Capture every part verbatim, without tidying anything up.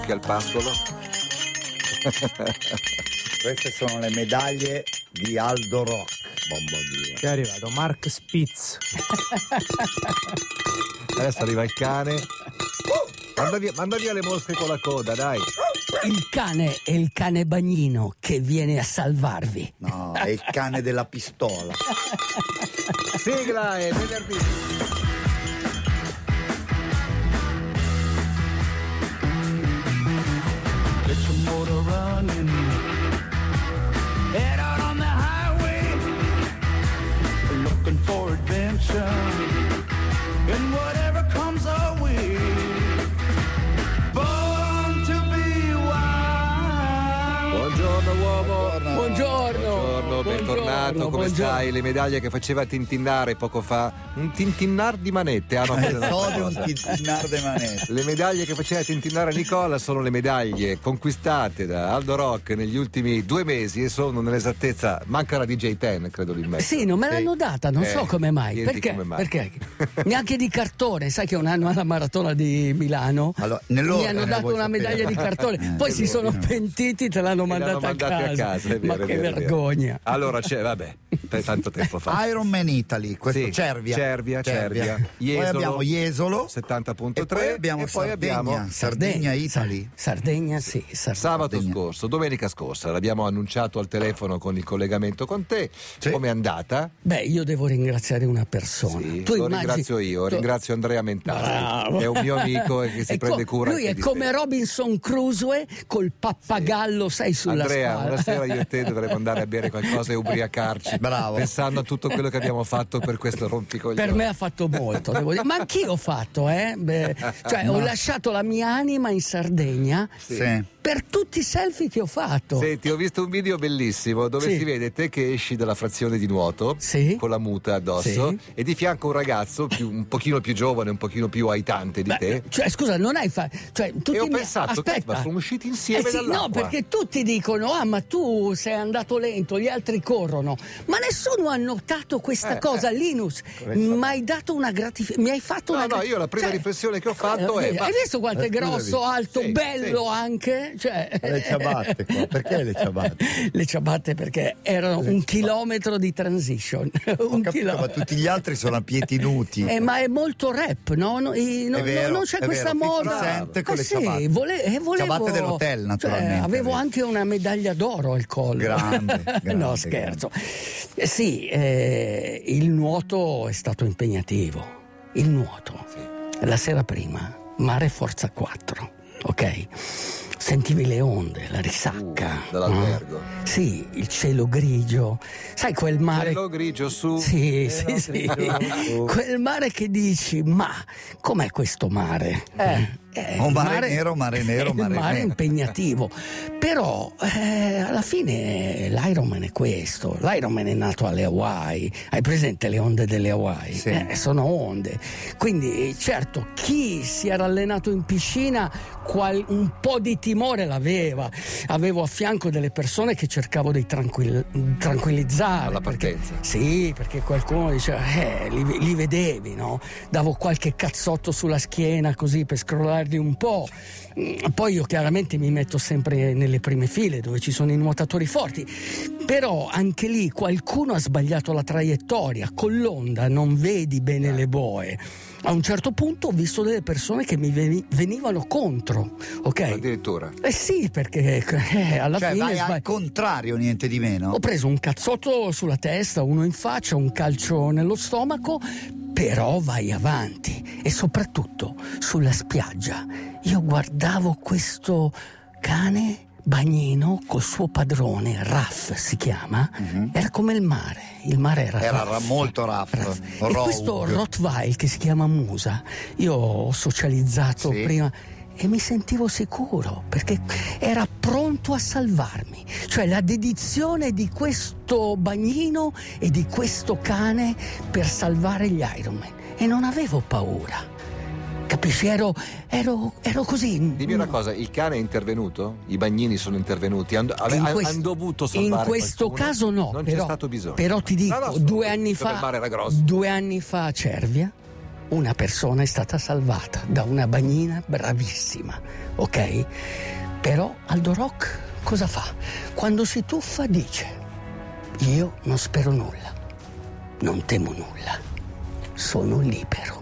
bocche al pascolo. Queste sono le medaglie di Aldo Rock. Mamma mia. Che è arrivato Mark Spitz. Adesso arriva il cane. Manda via, manda via le mosche con la coda, dai. Il cane è il cane bagnino che viene a salvarvi. No, è il cane della pistola. Sigla, è venerdì. Get your motor running. Head out on the highway, looking for adventure, and whatever comes our way. Born to be wild. Buongiorno uomo. Buongiorno. Buongiorno, bentornato. Buongiorno, Come buongiorno. stai? Le medaglie che faceva tintinnare poco fa. Un tintinnar di manette. Ah, no, quella è un'altra So di un cosa. tintinnar de manette. Le medaglie che faceva tintinnare Nicola sono le medaglie conquistate da Aldo Rock negli ultimi due mesi e sono nell'esattezza, manca la D J dieci credo di me. Sì, non me l'hanno data, non Eh, so come mai. niente Perché? come mai. Perché? Neanche di cartone, sai che un anno alla maratona di Milano Allora, mi nell'ordine, hanno dato vuoi una sapere? medaglia di cartone, Eh, poi si sono nell'ordine. pentiti, te l'hanno Me l'hanno mandata a mandati casa. a casa, è vero, Ma è che vero, è vero. vergogna. Allora c'è, vabbè, per tanto tempo fa. Iron Man Italy, questo Sì, Cervia. Cervia, Cervia. Poi Jesolo, abbiamo Jesolo settanta punto e tre poi abbiamo e poi Sardegna. abbiamo Sardegna Italy. Sardegna, sì. Sardegna. sabato Sardegna. scorso, domenica scorsa, l'abbiamo annunciato al telefono con il collegamento con te. Sì. Com'è andata? Beh, io devo ringraziare una persona. Sì, tu lo immagini- ringrazio io, tu- ringrazio Andrea Mentale, Bravo. è un mio amico e che si È co- prende cura Lui anche è di come te. Robinson Crusoe col pappagallo, sai, sulla Andrea, spalla. una sera io e te dovremmo andare a bere qualcosa e ubriacarci. Bravo. Pensando a tutto quello che abbiamo fatto per questo rompicoglioni. Per me ha fatto molto, devo dire. Ma anch'io ho fatto, eh? Beh, cioè, ho lasciato la mia anima in Sardegna Sì. per tutti i selfie che ho fatto. Senti, ho visto un video bellissimo dove Sì. si vede te che esci dalla frazione di nuoto Sì. con la muta addosso Sì. e di fianco un ragazzo più, un pochino più giovane, un pochino più aitante di Beh, te. cioè, scusa, non hai fatto. Cioè, tutti E ho mi- pensato, aspetta. ma sono usciti insieme Eh sì, dall'acqua. no, perché tutti dicono: ah, ma tu sei andato lento, gli altri corrono. Ma nessuno ha notato questa Eh, cosa, eh. Linus. Mi hai dato una gratificazione. Mi hai fatto No, una no, gra- io la prima cioè, riflessione che ho fatto eh, è, ma- Hai visto quanto è eh, scusami. grosso, alto, Sì, bello sì. anche? Cioè, Le ciabatte qua. Perché le ciabatte? Le ciabatte perché erano un chilometro di transition. Ho un capito, ma chilometro. tutti gli altri sono a piedi nudi. Eh, ma è molto rap, no? No, i- no- È vero, non c'è è questa vero, moda. fifty Cent con Eh le sì, ciabatte. vole- eh, volevo... Ciabatte dell'hotel, cioè, naturalmente, avevo vedi. anche una medaglia d'oro al collo. Grande, grande, no, scherzo. Eh, sì, eh, il nuoto è stato impegnativo. Il nuoto. La sera prima, mare forza quattro, ok? Sentivi le onde, la risacca. Uh, dall'albergo. no? Sì, il cielo grigio. Sai quel mare... Cielo grigio su. Sì, cielo sì, sì. grigio su. Quel mare che dici, ma com'è questo mare? Eh, eh, Oh, il mare nero, mare nero, il mare mare è nero. impegnativo. Però eh, alla fine l'Ironman è questo. L'Ironman è nato alle Hawaii. Hai presente le onde delle Hawaii? Sì. Eh, sono onde. Quindi certo, chi si era allenato in piscina qual- un po' di timore l'aveva. Avevo a fianco delle persone che cercavo di tranquill- tranquillizzare. Alla perché- partenza. sì, perché qualcuno diceva, eh, li, li vedevi, no? Davo qualche cazzotto sulla schiena così per scrollarli un po'. Mm, Poi io chiaramente mi metto sempre nelle prime file dove ci sono i nuotatori forti, però anche lì qualcuno ha sbagliato la traiettoria, con l'onda non vedi bene le boe. A un certo punto ho visto delle persone che mi veni- venivano contro, ok? Addirittura. Eh sì, perché eh, alla Cioè fine vai sbag- al contrario, niente di meno. ho preso un cazzotto sulla testa, uno in faccia, un calcio nello stomaco, però vai avanti e soprattutto sulla spiaggia. Io guardavo questo cane bagnino col suo padrone, Raff si chiama, era come il mare, il mare era, Era rough. molto rough. E Rogue. questo Rottweiler che si chiama Musa, io ho socializzato Sì. prima e mi sentivo sicuro perché era pronto a salvarmi, cioè la dedizione di questo bagnino e di questo cane per salvare gli Ironman, e non avevo paura, capisci? Ero, ero, ero così. Dimmi una cosa, il cane è intervenuto? I bagnini sono intervenuti? Hanno In han questo- dovuto in salvare questo qualcuno? caso no, Non però, c'è stato bisogno. però ti dico, No, no, due anni dove fa il mare era grosso. due anni fa a Cervia una persona è stata salvata da una bagnina bravissima, ok? Però Aldo Rock cosa fa? Quando si tuffa dice: io non spero nulla, non temo nulla, sono libero.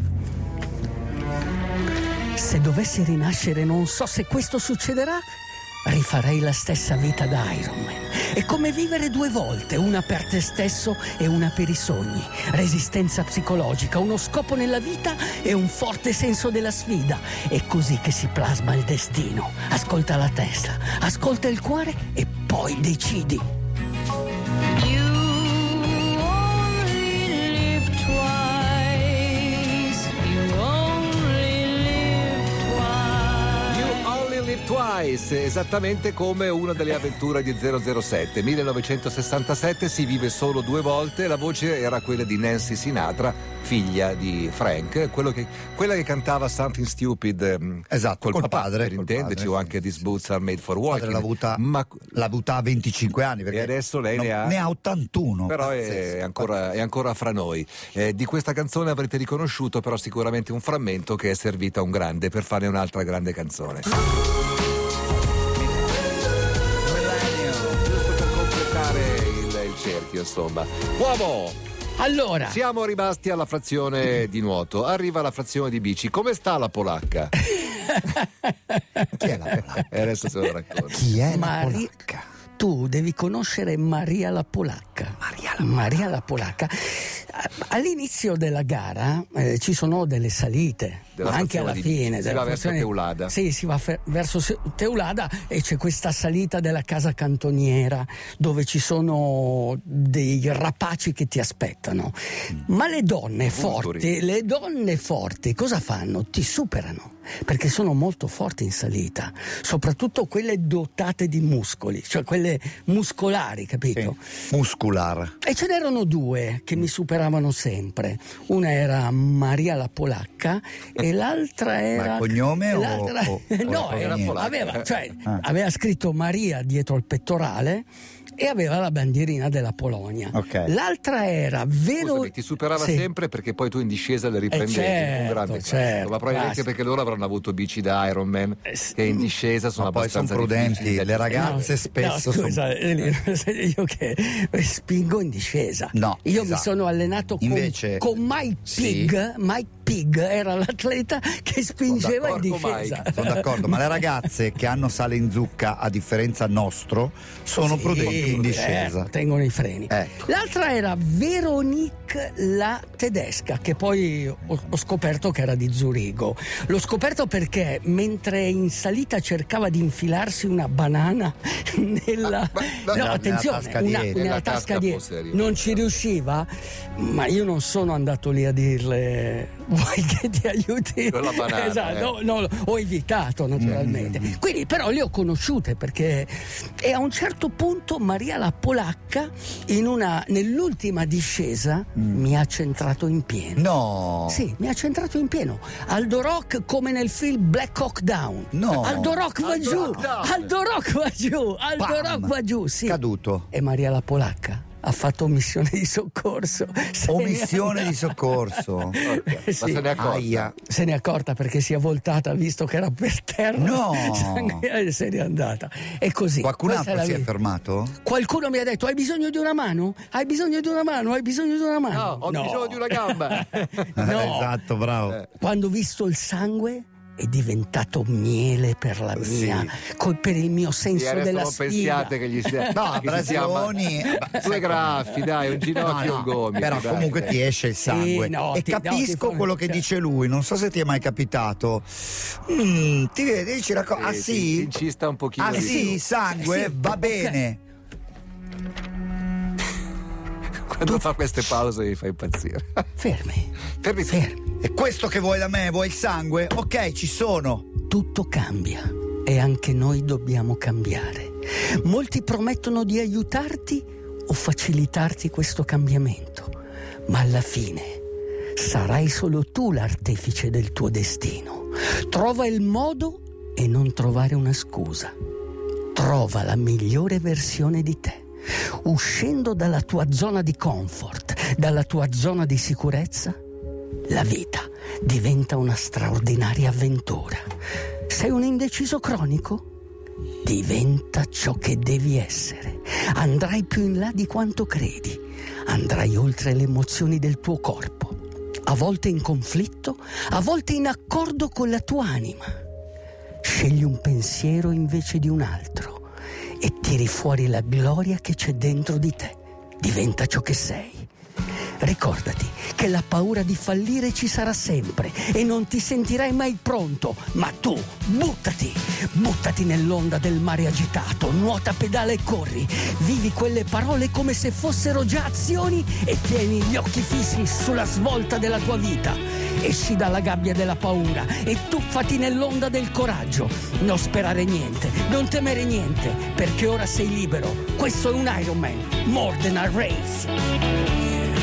Se dovessi rinascere, non so se questo succederà, rifarei la stessa vita da Iron Man. È come vivere due volte, una per te stesso e una per i sogni. Resistenza psicologica, uno scopo nella vita e un forte senso della sfida. È così che si plasma il destino. Ascolta la testa, ascolta il cuore e poi decidi. Twice, esattamente come una delle avventure di zero zero sette. millenovecentosessantasette, si vive solo due volte. La voce era quella di Nancy Sinatra, figlia di Frank, quello che, quella che cantava Something Stupid. Esatto, col, col papà, padre, per col intenderci, padre, o anche sì, These sì. Boots Are Made for Walking. L'ha avuta, ma l'ha avuta a venticinque anni, perché e adesso lei no, ne ha ne ha ottantuno. però è Pazzesco, ancora, è ancora fra noi. Eh, di questa canzone avrete riconosciuto però sicuramente un frammento che è servito a un grande per fare un'altra grande canzone. Il cerchio, insomma. Uomo, Allora, siamo rimasti alla frazione di nuoto, arriva la frazione di bici. Come sta la polacca? Chi è la polacca? E adesso se lo racconto. Chi è Mari- la polacca? tu devi conoscere Maria la Polacca. Maria la Maria la Polacca. All'inizio della gara eh, ci sono delle salite, Della ma anche frazione alla di fine. bici. Si della va verso frazione- Teulada. Sì, si va fe- verso se- Teulada e c'è questa salita della casa cantoniera dove ci sono dei rapaci che ti aspettano. Ma le donne Vulturi. forti, le donne forti cosa fanno? Ti superano, perché sono molto forti in salita, soprattutto quelle dotate di muscoli, cioè quelle muscolari, capito? Sì. Muscular. E ce n'erano due che mi superavano sempre. Una era Maria la Polacca e l'altra era. Ma cognome o- l'altra- o- no, o era niente? aveva, cioè, Ah. aveva scritto Maria dietro il pettorale e aveva la bandierina della Polonia. Ok. L'altra era Vero. Scusami, ti superava Sì. sempre perché poi tu in discesa le riprendevi. certo, un grande classico. certo, ma probabilmente classico. perché loro avranno avuto bici da Iron Man Eh, sì. che in discesa sono Ma poi sono abbastanza prudenti, difficili da le ragazze No, spesso no, scusa, sono... eh, io che spingo in discesa. No, io esatto. mi sono allenato con, Invece- con Mike Sì. Pig. Mike Pig era l'atleta che spingeva in d'accordo, discesa. Mike. Sono d'accordo, ma le ragazze che hanno sale in zucca, a differenza nostro, sono Sì, prudenti in discesa. certo, tengono i freni. Ecco. L'altra era Veronique la tedesca, che poi ho, ho scoperto che era di Zurigo. L'ho scoperto perché mentre in salita cercava di infilarsi una banana nella, Ah, ma- ma- no, nella attenzione, tasca una, dietro. nella Nella tasca tasca dietro. posteriore. Non ci riusciva, ma io non sono andato lì a dirle vuoi che ti aiuti? Con la banana, Esatto, eh. no, no, ho evitato naturalmente. Mm. Quindi però le ho conosciute perché e a un certo punto Maria la Polacca in una, nell'ultima discesa mi ha centrato in pieno. No. Sì, mi ha centrato in pieno. Aldo Rock come nel film Black Hawk Down. No. Aldo Rock va Aldo giù. Rock Down. Aldo Rock va giù. Aldo Pam. Rock va giù, sì. Caduto. E Maria la Polacca ha fatto missione di soccorso. Se ne è Omissione di andata. soccorso. Ma Sì. se ne è accorta. Aia. Se n'è accorta perché si è voltata visto che era per terra. No. E se n'è andata. E così. Qualcun Questa altro la si è vita. fermato? Qualcuno mi ha detto: hai bisogno di una mano? Hai bisogno di una mano? Hai bisogno di una mano? No, ho bisogno di una gamba. No. Esatto, bravo. Eh. Quando ho visto il sangue è diventato miele per la Sì. mia, col- per il mio Sì, senso adesso della non sfida. pensiate che gli sia No, che si sia Brasiloni- ma- due graffi, dai, un ginocchio e No, un no, gomito. però dai. comunque ti esce il sangue. Sì, no, e ti- no, capisco ti fa- quello che cioè- dice lui. Non so se ti è mai capitato. Mm, ti vedi, dici la cosa. Ah Sì, sì? ti incista un pochino Ah di sì, più. sangue, Sì, va ok. bene. Quando fa queste pause mi fa impazzire. Fermi, Fermi, fermi. È questo che vuoi da me? Vuoi il sangue? Ok, ci sono. Tutto cambia e anche noi dobbiamo cambiare. Molti promettono di aiutarti o facilitarti questo cambiamento, ma alla fine sarai solo tu l'artefice del tuo destino. Trova il modo e non trovare una scusa. Trova la migliore versione di te. Uscendo dalla tua zona di comfort, dalla tua zona di sicurezza, La vita diventa una straordinaria avventura. Sei un indeciso cronico? Diventa ciò che devi essere. Andrai più in là di quanto credi. Andrai oltre le emozioni del tuo corpo. A volte in conflitto, a volte in accordo con la tua anima. Scegli un pensiero invece di un altro e tiri fuori la gloria che c'è dentro di te. Diventa ciò che sei. Ricordati che la paura di fallire ci sarà sempre e non ti sentirai mai pronto, ma tu buttati, buttati nell'onda del mare agitato, nuota, pedala e corri, vivi quelle parole come se fossero già azioni e tieni gli occhi fissi sulla svolta della tua vita. Esci dalla gabbia della paura e tuffati nell'onda del coraggio. Non sperare niente, non temere niente, perché ora sei libero. Questo è un Ironman, more than a race.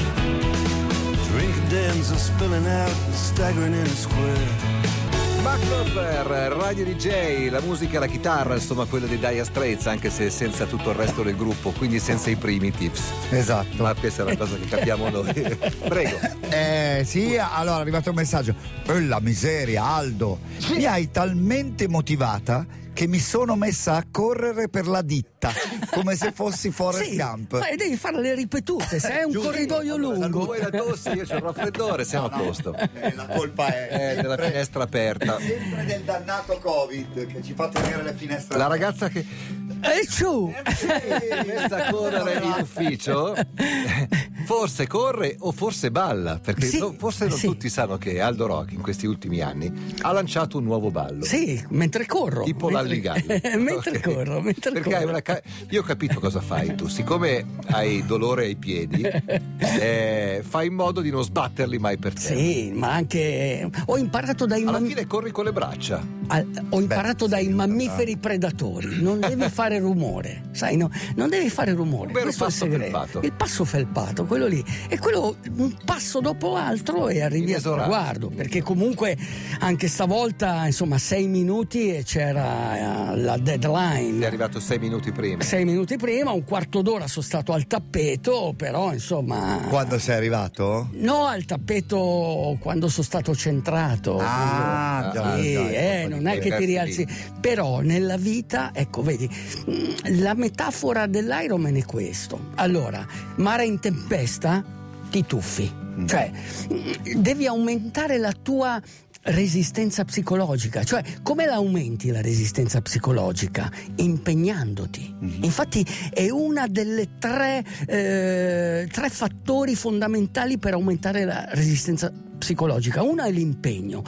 Drink dens are spilling out and staggering in the square. Mark Knopfler, Radio D J, la musica e la chitarra, insomma quella dei Dire Straits, anche se senza tutto il resto del gruppo, quindi senza i Primitives. Esatto. Ma questa è una cosa che capiamo noi. Prego. Eh sì, allora è arrivato un messaggio. Eh, la miseria, Aldo, sì. Mi hai talmente motivata che mi sono messa a correre per la ditta come se fossi Forrest sì, Gump. Ma devi fare le ripetute, se è un Giusto, corridoio lungo. Vuoi la tosse, io c'ho il raffreddore, siamo no, a posto. Eh, la colpa è Eh, della finestra aperta. sempre del dannato Covid che ci fa tenere le finestre La aperte. ragazza che E ciù! è messa a correre in ufficio forse corre o forse balla, perché Sì, no- forse non sì. tutti sanno che Aldo Rock in questi ultimi anni ha lanciato un nuovo ballo. Sì, mentre corro. Tipo mentre... l'alligaglio. mentre Ok. corro, mentre Perché corro. hai una ca- io ho capito cosa fai tu, siccome hai dolore ai piedi, eh, fai in modo di non sbatterli mai per terra. Sì, ma anche ho imparato dai Alla mam- fine corri con le braccia. Ah, ho imparato Beh, dai sì, mammiferi predatori, non devi fare rumore, sai, no? Non devi fare rumore. Un vero Questo è il passo segreto. felpato. Il passo felpato, quello lì. E quello un passo dopo l'altro e arrivi al Inesorabile. traguardo, perché comunque anche stavolta, insomma, sei minuti e c'era eh, la Sei deadline. arrivato sei minuti prima. Sei minuti prima, un quarto d'ora sono stato al tappeto, però insomma. Quando sei arrivato? No, al tappeto quando sono stato centrato. Ah, già, Sì, già, eh, già, non è che ti ragazzi rialzi, però nella vita, ecco, vedi, mh, la metafora dell'Ironman è questo. Allora, mare in tempesta, ti tuffi, cioè mh, devi aumentare la tua resistenza psicologica. Cioè, come la aumenti la resistenza psicologica? Impegnandoti. Infatti è una delle tre, eh, tre fattori fondamentali per aumentare la resistenza psicologica. Uno è l'impegno,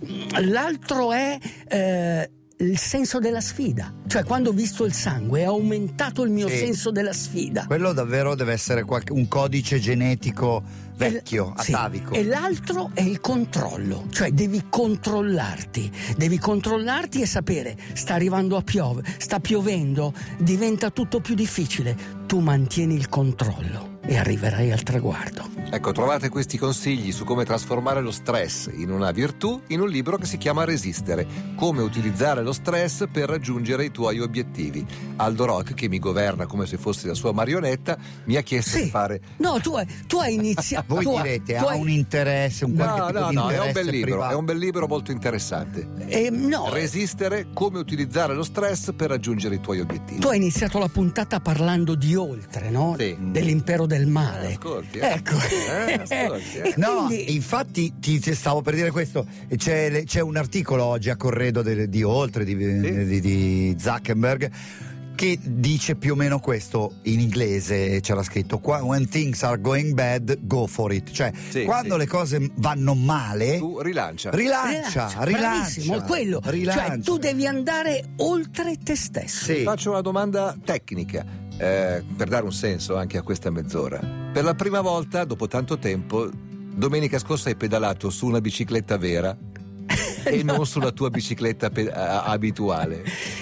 l'altro è eh, il senso della sfida. Cioè, quando ho visto il sangue è aumentato il mio Sì. senso della sfida. Quello davvero deve essere qualche- un codice genetico vecchio, Sì. atavico. E l'altro è il controllo, cioè devi controllarti, devi controllarti e sapere sta arrivando a piovere, sta piovendo, diventa tutto più difficile. Tu mantieni il controllo e arriverai al traguardo. Ecco, trovate questi consigli su come trasformare lo stress in una virtù in un libro che si chiama Resistere, come utilizzare lo stress per raggiungere i tuoi obiettivi. Aldo Rock, che mi governa come se fossi la sua marionetta, mi ha chiesto di fare. No, tu hai, tu hai iniziato. Voi tu hai- direte, tu ha hai- un interesse, un qualche No, tipo no, di no, è interesse un bel libro, privato. è un bel libro molto interessante. eh, no, Resistere, come utilizzare lo stress per raggiungere i tuoi obiettivi. tu hai iniziato la puntata parlando di oltre, no? Sì. Dell'impero del male. Eh, ascolti, eh. Ecco. Eh, ascolti, eh. E No, quindi- infatti ti, ti stavo per dire questo. C'è, c'è un articolo oggi a Corredo de- di Oltre di, Sì. di, di Zuckerberg che dice più o meno questo in inglese. C'era scritto qua, when things are going bad, go for it. Cioè, Sì, quando sì. le cose vanno male, Tu rilancia. rilancia, rilancia. Bravissimo, è quello. rilancia. Cioè, tu devi andare oltre te stesso. Sì. Faccio una domanda tecnica, eh, per dare un senso anche a questa mezz'ora. Per la prima volta, dopo tanto tempo, domenica scorsa hai pedalato su una bicicletta vera e non sulla tua bicicletta pe- a- abituale.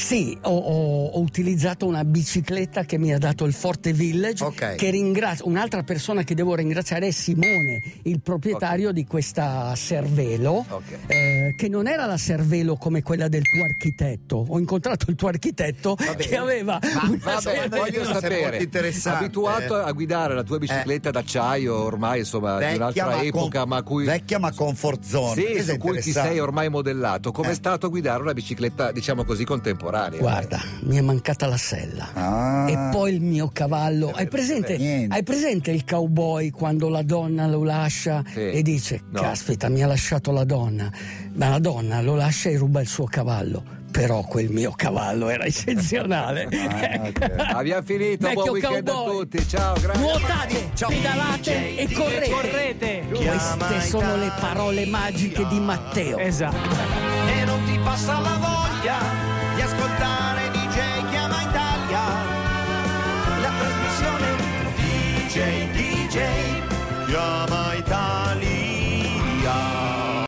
Sì, ho, ho, ho utilizzato una bicicletta che mi ha dato il Forte Village, Ok. che ringrazio. Un'altra persona che devo ringraziare è Simone, il proprietario Ok. di questa Cervelo, Ok. eh, che non era la Cervelo come quella del tuo architetto. Ho incontrato il tuo architetto che aveva una Vabbè, Cervelo. voglio Questa è sapere, molto interessante, abituato eh. a guidare la tua bicicletta d'acciaio ormai insomma di Vecchia, un'altra ma epoca, con- ma a cui vecchia ma comfort zone. sì, Questo è su cui ti interessante. sei ormai modellato. Com'è Eh. stato guidare una bicicletta, diciamo così, contemporanea? Guarda, mi è mancata la sella. Ah. E poi il mio cavallo. Hai presente, niente. hai presente il cowboy quando la donna lo lascia Sì. e dice: No. caspita, mi ha lasciato la donna. Ma la donna lo lascia e ruba il suo cavallo. Però quel mio cavallo era eccezionale. Ah, ok. Abbiamo finito, Vecchio buon weekend cowboy. a tutti, ciao, grazie. Nuotate, pedalate e correte. Correte. Queste sono le parole magiche di Matteo. Esatto. E non ti passa la voglia